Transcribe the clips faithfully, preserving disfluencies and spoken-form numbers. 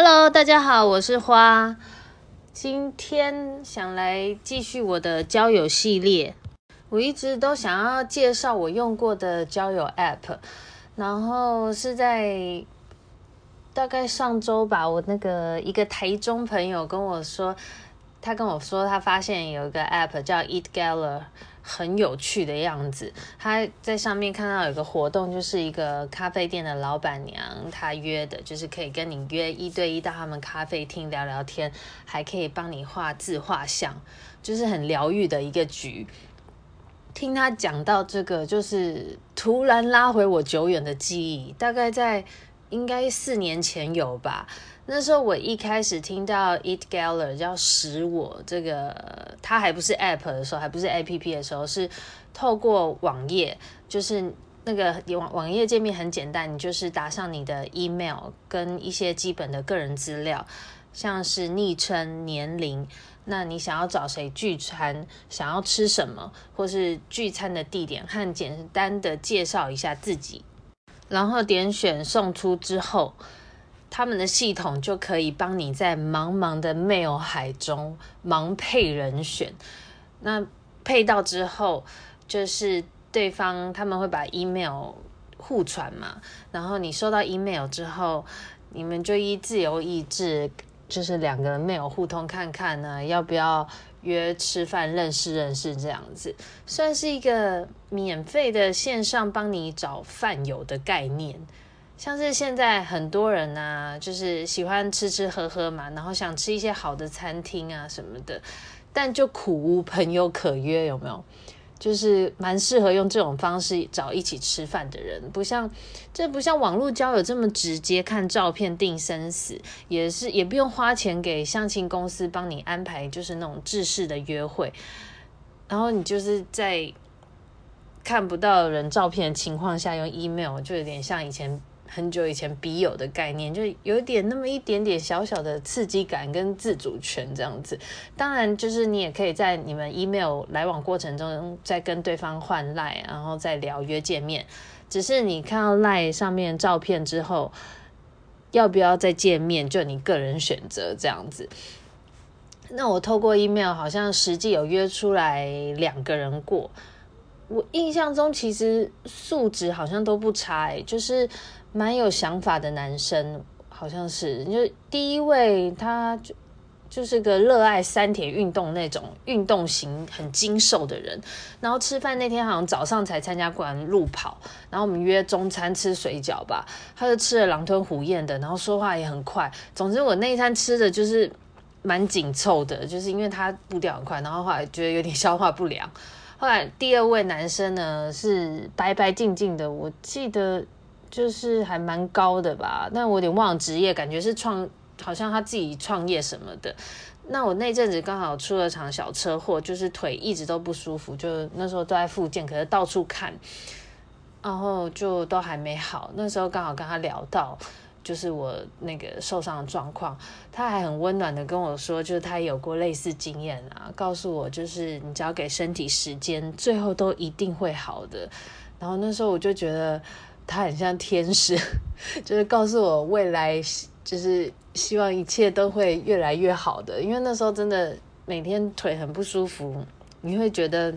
Hello，大家好，我是花。今天想来继续我的交友系列。我一直都想要介绍我用过的交友 App， 然后是在大概上周吧，我那个一个台中朋友跟我说，他跟我说他发现有一个 App 叫 Eatgetter， 很有趣的样子。他在上面看到有个活动，就是一个咖啡店的老板娘她约的，就是可以跟你约一对一到他们咖啡厅聊聊天，还可以帮你画自画像，就是很疗愈的一个局。听他讲到这个，就是突然拉回我久远的记忆，大概在应该四年前有吧。那时候我一开始听到 Eatgetter 叫食我这个，它还不是 App 的时候，还不是 A P P 的时候，是透过网页，就是那个网网页界面很简单，你就是打上你的 email 跟一些基本的个人资料，像是昵称、年龄，那你想要找谁聚餐，想要吃什么，或是聚餐的地点，和简单的介绍一下自己，然后点选送出之后，他们的系统就可以帮你在茫茫的 mail 海中盲配人选。那配到之后，就是对方他们会把 email 互传嘛，然后你收到 email 之后，你们就依自由意志，就是两个人 mail 互通看看呢，要不要约吃饭认识认识这样子，算是一个免费的线上帮你找饭友的概念。像是现在很多人啊，就是喜欢吃吃喝喝嘛，然后想吃一些好的餐厅啊什么的，但就苦无朋友可约，有没有？就是蛮适合用这种方式找一起吃饭的人，不像这不像网络交友这么直接，看照片定生死，也是也不用花钱给相亲公司帮你安排，就是那种制式的约会，然后你就是在看不到人照片的情况下用 email， 就有点像以前很久以前笔友的概念，就有一点那么一点点小小的刺激感跟自主权这样子。当然就是你也可以在你们 email 来往过程中再跟对方换 LINE， 然后再聊约见面，只是你看到 LINE 上面照片之后，要不要再见面就你个人选择这样子。那我透过 email 好像实际有约出来两个人过，我印象中其实素质好像都不差、欸、就是蛮有想法的男生，好像是就第一位他就就是个热爱三铁运动那种运动型很精瘦的人，然后吃饭那天好像早上才参加过完路跑，然后我们约中餐吃水饺吧，他就吃了狼吞虎咽的，然后说话也很快，总之我那一餐吃的就是蛮紧凑的，就是因为他步调很快，然后后来觉得有点消化不良。后来第二位男生呢是白白净净的，我记得就是还蛮高的吧，但我有点忘了职业，感觉是创，好像他自己创业什么的。那我那阵子刚好出了场小车祸，就是腿一直都不舒服，就那时候都在复健，可是到处看，然后就都还没好。那时候刚好跟他聊到就是我那个受伤的状况，他还很温暖的跟我说，就是他有过类似经验啊，告诉我就是你只要给身体时间，最后都一定会好的。然后那时候我就觉得他很像天使，就是告诉我未来就是希望一切都会越来越好的，因为那时候真的每天腿很不舒服，你会觉得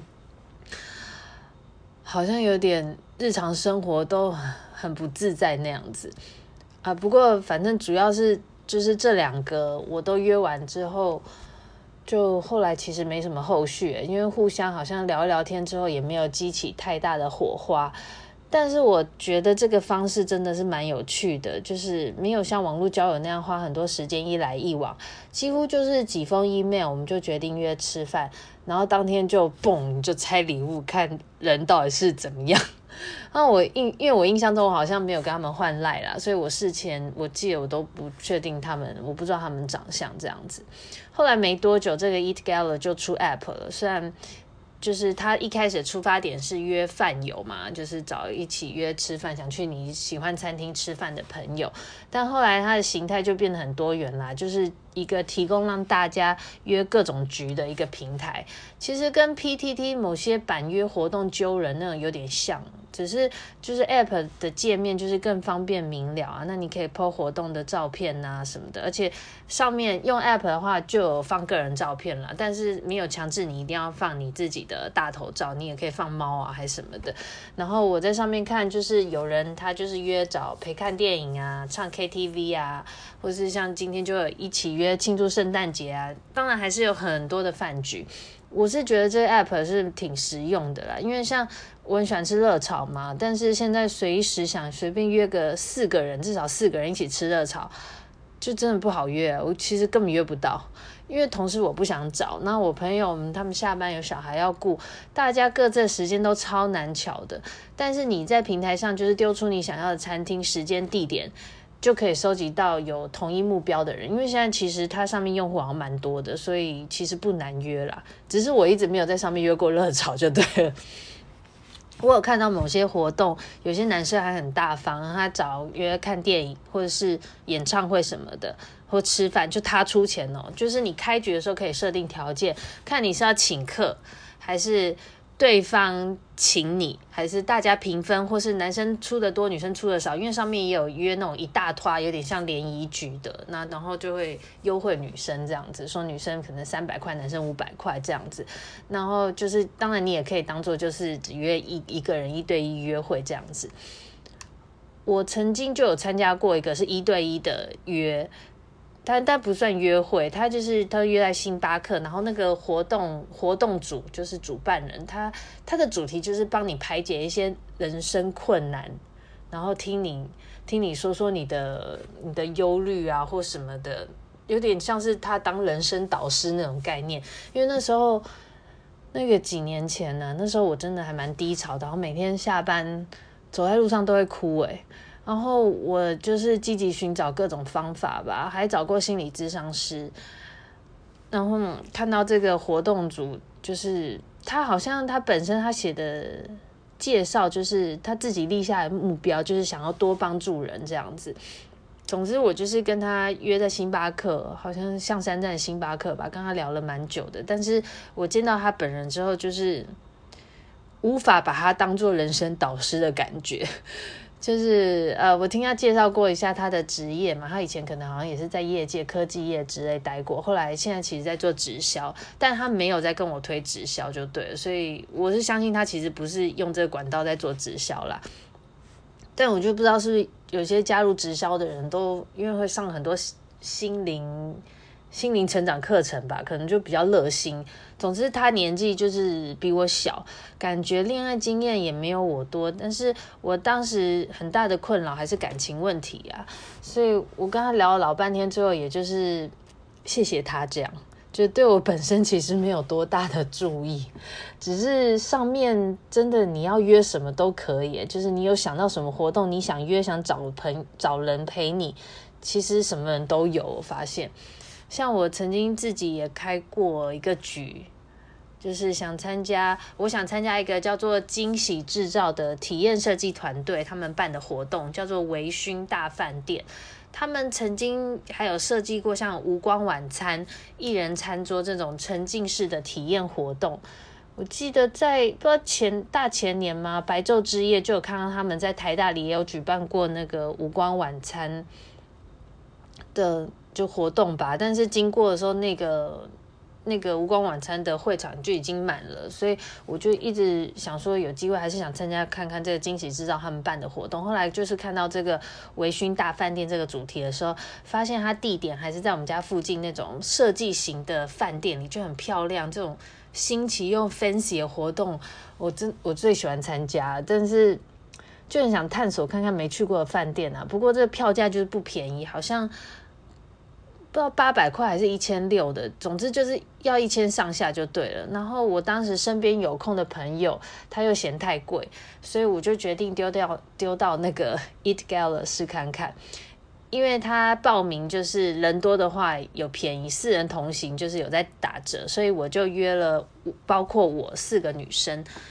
好像有点日常生活都很不自在那样子啊。不过反正主要是就是这两个我都约完之后，就后来其实没什么后续，因为互相好像聊一聊天之后也没有激起太大的火花。但是我觉得这个方式真的是蛮有趣的，就是没有像网络交友那样花很多时间一来一往，几乎就是几封 email 我们就决定约吃饭，然后当天就蹦就拆礼物，看人到底是怎么样。那我印因为我印象中我好像没有跟他们换 LINE 啦，所以我事前我记得我都不确定他们，我不知道他们长相这样子。后来没多久，这个 Eatgetter 就出 App 了，虽然就是他一开始出发点是约饭友嘛，就是找一起约吃饭，想去你喜欢餐厅吃饭的朋友，但后来他的形态就变得很多元啦，就是一个提供让大家约各种局的一个平台，其实跟 P T T 某些版约活动揪人那种有点像，只是就是 App 的界面就是更方便明了啊。那你可以 po 活动的照片啊什么的，而且上面用 App 的话就有放个人照片了，但是没有强制你一定要放你自己的大头照，你也可以放猫啊还是什么的。然后我在上面看，就是有人他就是约找陪看电影啊、唱 K T V 啊，或是像今天就有一起约庆祝圣诞节啊，当然还是有很多的饭局。我是觉得这个 app 是挺实用的啦，因为像我很喜欢吃热炒嘛，但是现在随时想随便约个四个人，至少四个人一起吃热炒，就真的不好约，我其实根本约不到，因为同时我不想找，那我朋友他们下班有小孩要顾，大家各自的时间都超难巧的，但是你在平台上就是丢出你想要的餐厅、时间、地点，就可以收集到有同一目标的人，因为现在其实它上面用户好像蛮多的，所以其实不难约啦，只是我一直没有在上面约过热炒就对了。我有看到某些活动，有些男生还很大方，他找约看电影或者是演唱会什么的，或吃饭就他出钱哦。就是你开局的时候可以设定条件，看你是要请客还是对方请你，还是大家平分，或是男生出的多女生出的少，因为上面也有约那种一大团有点像联谊局的，那然后就会优惠女生这样子，说女生可能三百块，男生五百块这样子，然后就是当然你也可以当做就是只约一一个人一对一约会这样子。我曾经就有参加过一个是一对一的约，但但不算约会，他就是他约在星巴克，然后那个活动活动组就是主办人，他他的主题就是帮你排解一些人生困难，然后听你听你说说你的你的忧虑啊或什么的，有点像是他当人生导师那种概念。因为那时候那个几年前呢、啊，那时候我真的还蛮低潮的，然后每天下班走在路上都会哭诶、欸然后我就是积极寻找各种方法吧，还找过心理咨商师。然后看到这个活动组，就是他好像他本身他写的介绍，就是他自己立下的目标，就是想要多帮助人这样子。总之我就是跟他约在星巴克，好像象山站的星巴克吧，跟他聊了蛮久的。但是我见到他本人之后，就是无法把他当作人生导师的感觉。就是呃，我听他介绍过一下他的职业嘛，他以前可能好像也是在业界、科技业之类待过，后来现在其实在做直销，但他没有在跟我推直销就对了，所以我是相信他其实不是用这个管道在做直销啦。但我就不知道是不是有些加入直销的人都因为会上很多心灵心灵成长课程吧，可能就比较热心。总之他年纪就是比我小，感觉恋爱经验也没有我多，但是我当时很大的困扰还是感情问题啊，所以我跟他聊了老半天，最后也就是谢谢他这样，就对我本身其实没有多大的注意，只是上面真的你要约什么都可以，就是你有想到什么活动你想约想找朋找人陪你，其实什么人都有。我发现像我曾经自己也开过一个局，就是想参加我想参加一个叫做惊喜制造的体验设计团队，他们办的活动叫做微醺大饭店。他们曾经还有设计过像无光晚餐、一人餐桌这种沉浸式的体验活动。我记得在不知道前大前年吗，白昼之夜就有看到他们在台大里也有举办过那个无光晚餐的就活动吧，但是经过的时候那个那个无光晚餐的会场就已经满了，所以我就一直想说有机会还是想参加看看这个惊喜制造他们办的活动。后来就是看到这个微醺大饭店这个主题的时候，发现它地点还是在我们家附近那种设计型的饭店里，就很漂亮，这种新奇又 fancy 的活动我真我最喜欢参加，但是就很想探索看看没去过的饭店啊。不过这个票价就是不便宜，好像不知道八百块还是一千六的，总之就是要一千上下就对了。然后我当时身边有空的朋友，他又嫌太贵，所以我就决定丢掉丢到那个 Eat Gala 试看看。因为他报名就是人多的话有便宜，四人同行就是有在打折，所以我就约了包括我四个女生。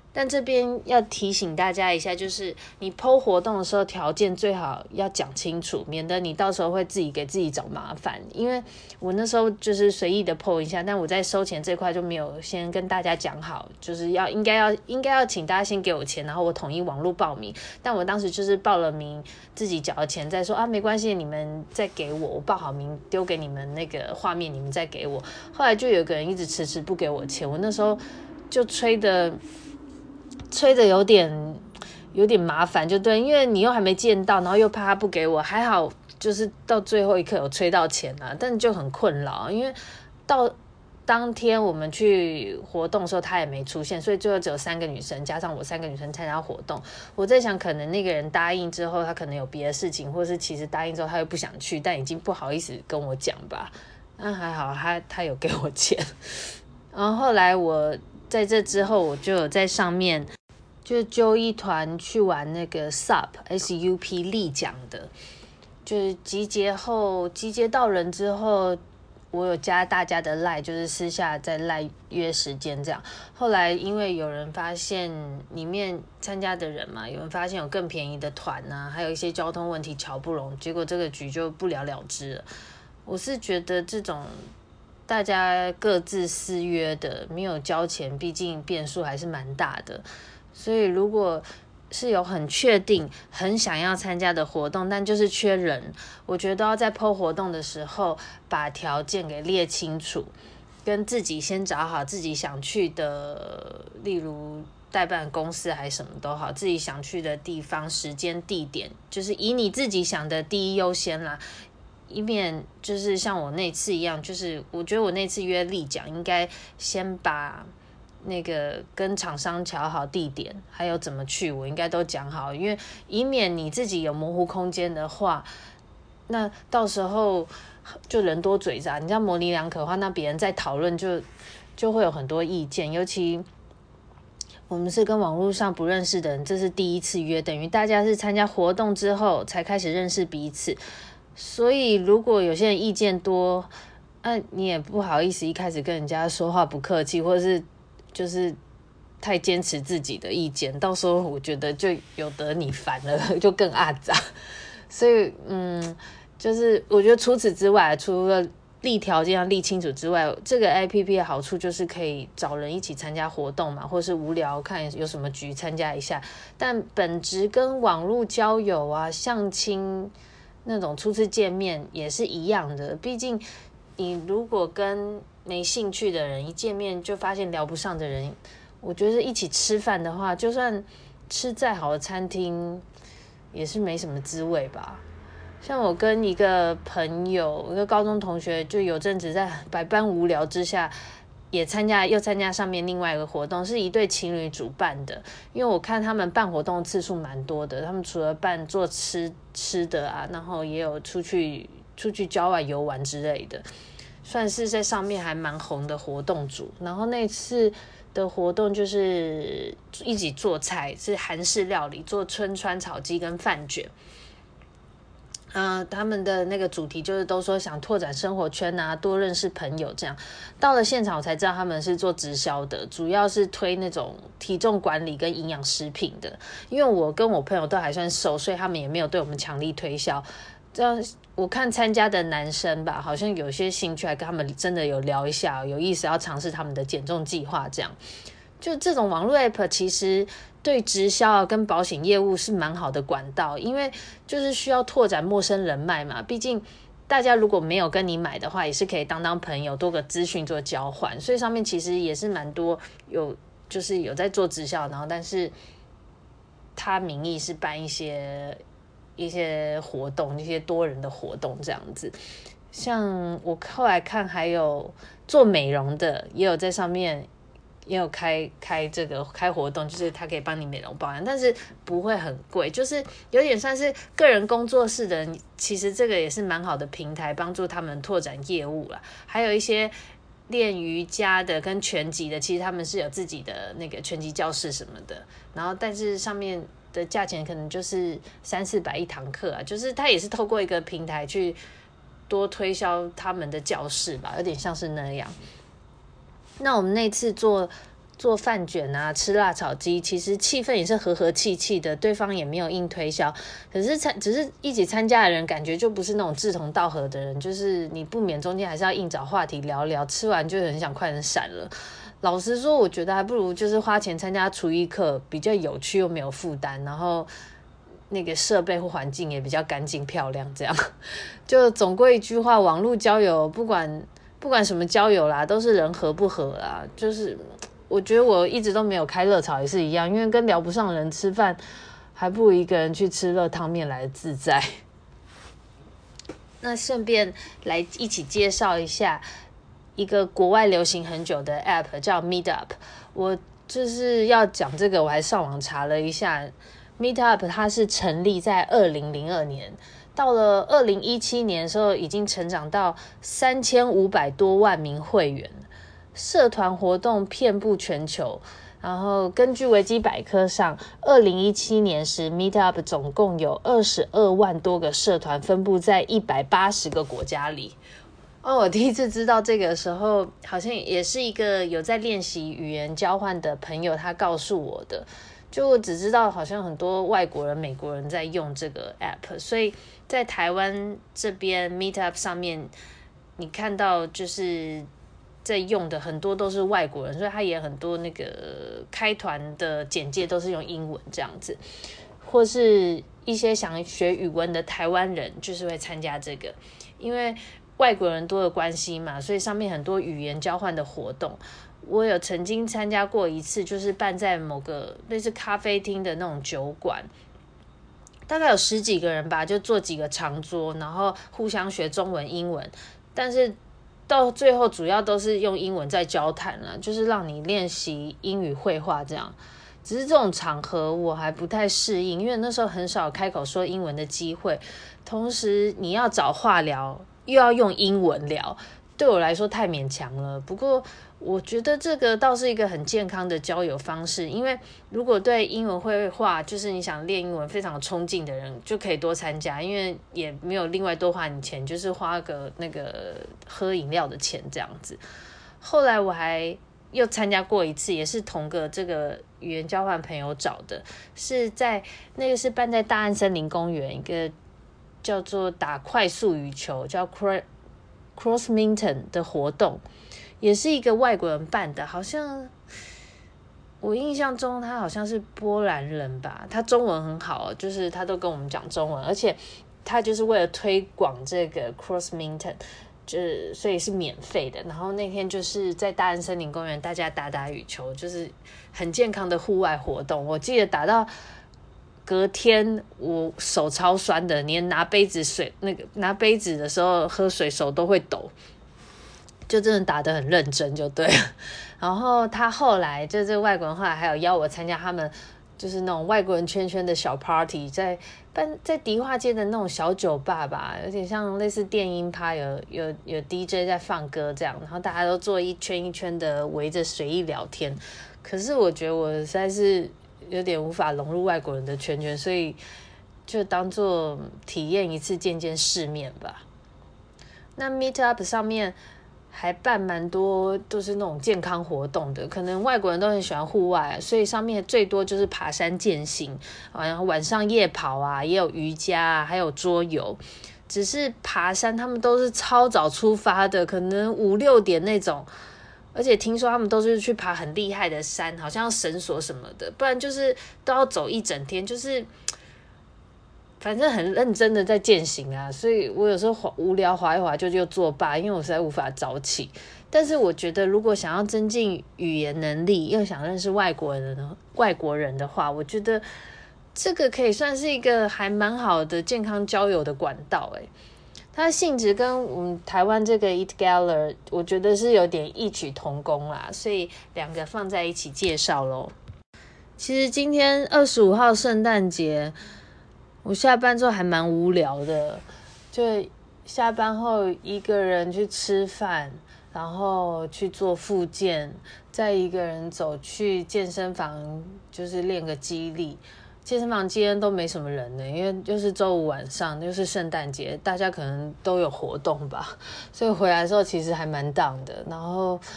但这边要提醒大家一下，就是你 po 活动的时候，条件最好要讲清楚，免得你到时候会自己给自己找麻烦。因为我那时候就是随意的 po 一下，但我在收钱这块就没有先跟大家讲好，就是要应该要应该要请大家先给我钱，然后我统一网络报名。但我当时就是报了名，自己缴了钱再说啊，没关系，你们再给我，我报好名丢给你们那个画面，你们再给我。后来就有个人一直迟迟不给我钱，我那时候就催的。催的有点有点麻烦，就对，因为你又还没见到，然后又怕他不给我，还好就是到最后一刻有催到钱啊，但就很困扰，因为到当天我们去活动的时候他也没出现，所以最后只有三个女生加上我三个女生参加活动。我在想可能那个人答应之后他可能有别的事情，或是其实答应之后他又不想去，但已经不好意思跟我讲吧。那还好他他有给我钱。然后后来我在这之后我就有在上面就揪一团去玩那个 S U P S U P 立奖的，就是集结后集结到人之后，我有加大家的 LINE， 就是私下在 LINE 约时间这样。后来因为有人发现里面参加的人嘛，有人发现有更便宜的团啊，还有一些交通问题瞧不拢，结果这个局就不了了之了。我是觉得这种大家各自私约的，没有交钱，毕竟变数还是蛮大的。所以如果是有很确定很想要参加的活动，但就是缺人，我觉得都要在 po 活动的时候把条件给列清楚，跟自己先找好自己想去的，例如代办公司还是什么都好，自己想去的地方时间地点，就是以你自己想的第一优先啦，以免就是像我那次一样，就是我觉得我那次约立奖应该先把那个跟厂商瞧好地点，还有怎么去，我应该都讲好，因为以免你自己有模糊空间的话，那到时候就人多嘴杂，你这样模棱两可的话，那别人在讨论就就会有很多意见，尤其我们是跟网络上不认识的人，这是第一次约，等于大家是参加活动之后才开始认识彼此，所以如果有些人意见多，那、啊、你也不好意思一开始跟人家说话不客气，或者是就是太坚持自己的意见，到时候我觉得就有得你烦了，就更阿杂。所以嗯，就是我觉得除此之外，除了立条件要立清楚之外，这个 A P P 的好处就是可以找人一起参加活动嘛，或是无聊看有什么局参加一下。但本质跟网络交友啊、相亲那种初次见面也是一样的，毕竟你如果跟没兴趣的人一见面就发现聊不上的人，我觉得一起吃饭的话，就算吃再好的餐厅也是没什么滋味吧。像我跟一个朋友，一个高中同学，就有阵子在百般无聊之下也参加又参加上面另外一个活动，是一对情侣主办的。因为我看他们办活动次数蛮多的，他们除了办做吃吃的啊，然后也有出去出去郊外游玩之类的，算是在上面还蛮红的活动组。然后那次的活动就是一起做菜，是韩式料理，做春川炒鸡跟饭卷。呃，他们的那个主题就是都说想拓展生活圈啊，多认识朋友这样。到了现场我才知道他们是做直销的，主要是推那种体重管理跟营养食品的。因为我跟我朋友都还算瘦，所以他们也没有对我们强力推销。这样我看参加的男生吧，好像有些兴趣，还跟他们真的有聊一下，有意思要尝试他们的减重计划这样。就这种网络 app 其实对直销跟保险业务是蛮好的管道，因为就是需要拓展陌生人脉嘛，毕竟大家如果没有跟你买的话，也是可以当当朋友，多个资讯做交换，所以上面其实也是蛮多有就是有在做直销，然后但是他名义是办一些一些活动，一些多人的活动这样子。像我后来看还有做美容的也有在上面也有开开这个开活动，就是他可以帮你美容保养，但是不会很贵，就是有点算是个人工作室的人，其实这个也是蛮好的平台，帮助他们拓展业务啦。还有一些练瑜伽的跟拳击的，其实他们是有自己的那个拳击教室什么的，然后但是上面的价钱可能就是三四百一堂课啊，就是他也是透过一个平台去多推销他们的教室吧，有点像是那样。那我们那次做做饭卷啊，吃辣炒鸡，其实气氛也是和和气气的，对方也没有硬推销，可是参只是一起参加的人感觉就不是那种志同道合的人，就是你不免中间还是要硬找话题聊聊，吃完就很想快点闪了。老实说，我觉得还不如就是花钱参加厨艺课，比较有趣又没有负担，然后那个设备或环境也比较干净漂亮，这样就总归一句话，网络交友不管不管什么交友啦，都是人合不合啦。就是我觉得我一直都没有开热炒也是一样，因为跟聊不上的人吃饭，还不如一个人去吃热汤面来的自在。那顺便来一起介绍一下一个国外流行很久的 app 叫 Meetup。我就是要讲这个，我还上网查了一下。Meetup 它是成立在二零零二年，到了二零一七年的时候，已经成长到三千五百多万名会员，社团活动遍布全球。然后根据维基百科上，二零一七年时 Meetup 总共有二十二万多个社团，分布在一百八十个国家里。哦，我第一次知道这个时候，好像也是一个有在练习语言交换的朋友他告诉我的。就我只知道好像很多外国人、美国人在用这个 app， 所以在台湾这边 Meetup 上面，你看到就是在用的很多都是外国人，所以他也很多那个开团的简介都是用英文这样子，或是一些想学语文的台湾人就是会参加这个，因为外国人多的关系嘛，所以上面很多语言交换的活动。我有曾经参加过一次，就是办在某个类似咖啡厅的那种酒馆，大概有十几个人吧，就坐几个长桌，然后互相学中文、英文，但是到最后主要都是用英文在交谈啦，就是让你练习英语绘画这样。只是这种场合我还不太适应，因为那时候很少开口说英文的机会，同时你要找话聊，又要用英文聊，对我来说太勉强了。不过我觉得这个倒是一个很健康的交友方式，因为如果对英文绘画，就是你想练英文非常有冲劲的人，就可以多参加，因为也没有另外多花你钱，就是花个那个喝饮料的钱这样子。后来我还又参加过一次，也是同个这个语言交换朋友找的，是在那个是办在大安森林公园一个叫做打快速羽球叫 Crossminton 的活动，也是一个外国人办的，好像我印象中他好像是波兰人吧，他中文很好，就是他都跟我们讲中文，而且他就是为了推广这个 Crossminton， 就是所以是免费的。然后那天就是在大安森林公园，大家打打羽球，就是很健康的户外活动。我记得打到隔天我手超酸的，连拿杯子水那个拿杯子的时候喝水手都会抖。就真的打得很认真就对了。然后他后来就这个外国人后来还有邀我参加他们就是那种外国人圈圈的小 party， 在办在迪化街的那种小酒吧吧，有点像类似电音趴，有有有 D J 在放歌这样，然后大家都坐一圈一圈的围着随意聊天。可是我觉得我实在是有点无法融入外国人的圈圈，所以就当做体验一次见见世面吧。那 Meetup 上面还办蛮多都是那种健康活动的，可能外国人都很喜欢户外，所以上面最多就是爬山健行，然后晚上夜跑啊，也有瑜伽啊，还有桌游。只是爬山他们都是超早出发的，可能五六点那种，而且听说他们都是去爬很厉害的山，好像绳索什么的，不然就是都要走一整天，就是反正很认真的在健行啊，所以我有时候无聊滑一滑就就作罢，因为我实在无法早起。但是我觉得如果想要增进语言能力，又想认识外国人外国人的话，我觉得这个可以算是一个还蛮好的健康交友的管道诶。它的性质跟我们台湾这个 Eatgether 我觉得是有点异曲同工啦，所以两个放在一起介绍咯。其实今天二十五号圣诞节，我下班之后还蛮无聊的，就下班后一个人去吃饭，然后去做复健，再一个人走去健身房，就是练个肌力。健身房今天都没什么人呢，因为又是周五晚上，又是圣诞节，大家可能都有活动吧，所以回来的时候其实还蛮down的。然后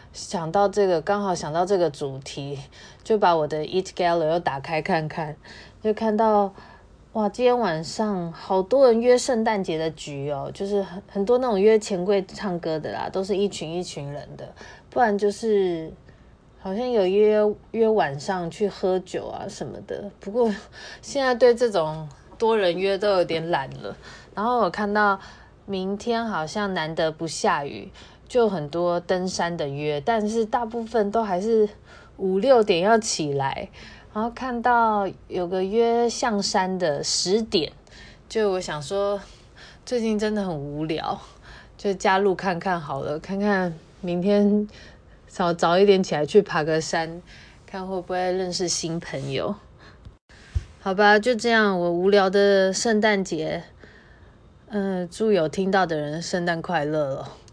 想到这个，刚好想到这个主题，就把我的 Eat Gala 又打开看看，就看到哇，今天晚上好多人约圣诞节的局哦，就是很很多那种约钱柜唱歌的啦，都是一群一群人的，不然就是好像有约约晚上去喝酒啊什么的。不过现在对这种多人约都有点懒了。然后我看到明天好像难得不下雨，就很多登山的约，但是大部分都还是五六点要起来。然后看到有个约象山的十点，就我想说最近真的很无聊，就加入看看好了，看看明天早早一点起来去爬个山，看会不会认识新朋友。好吧，就这样，我无聊的圣诞节，嗯、呃，祝有听到的人圣诞快乐了。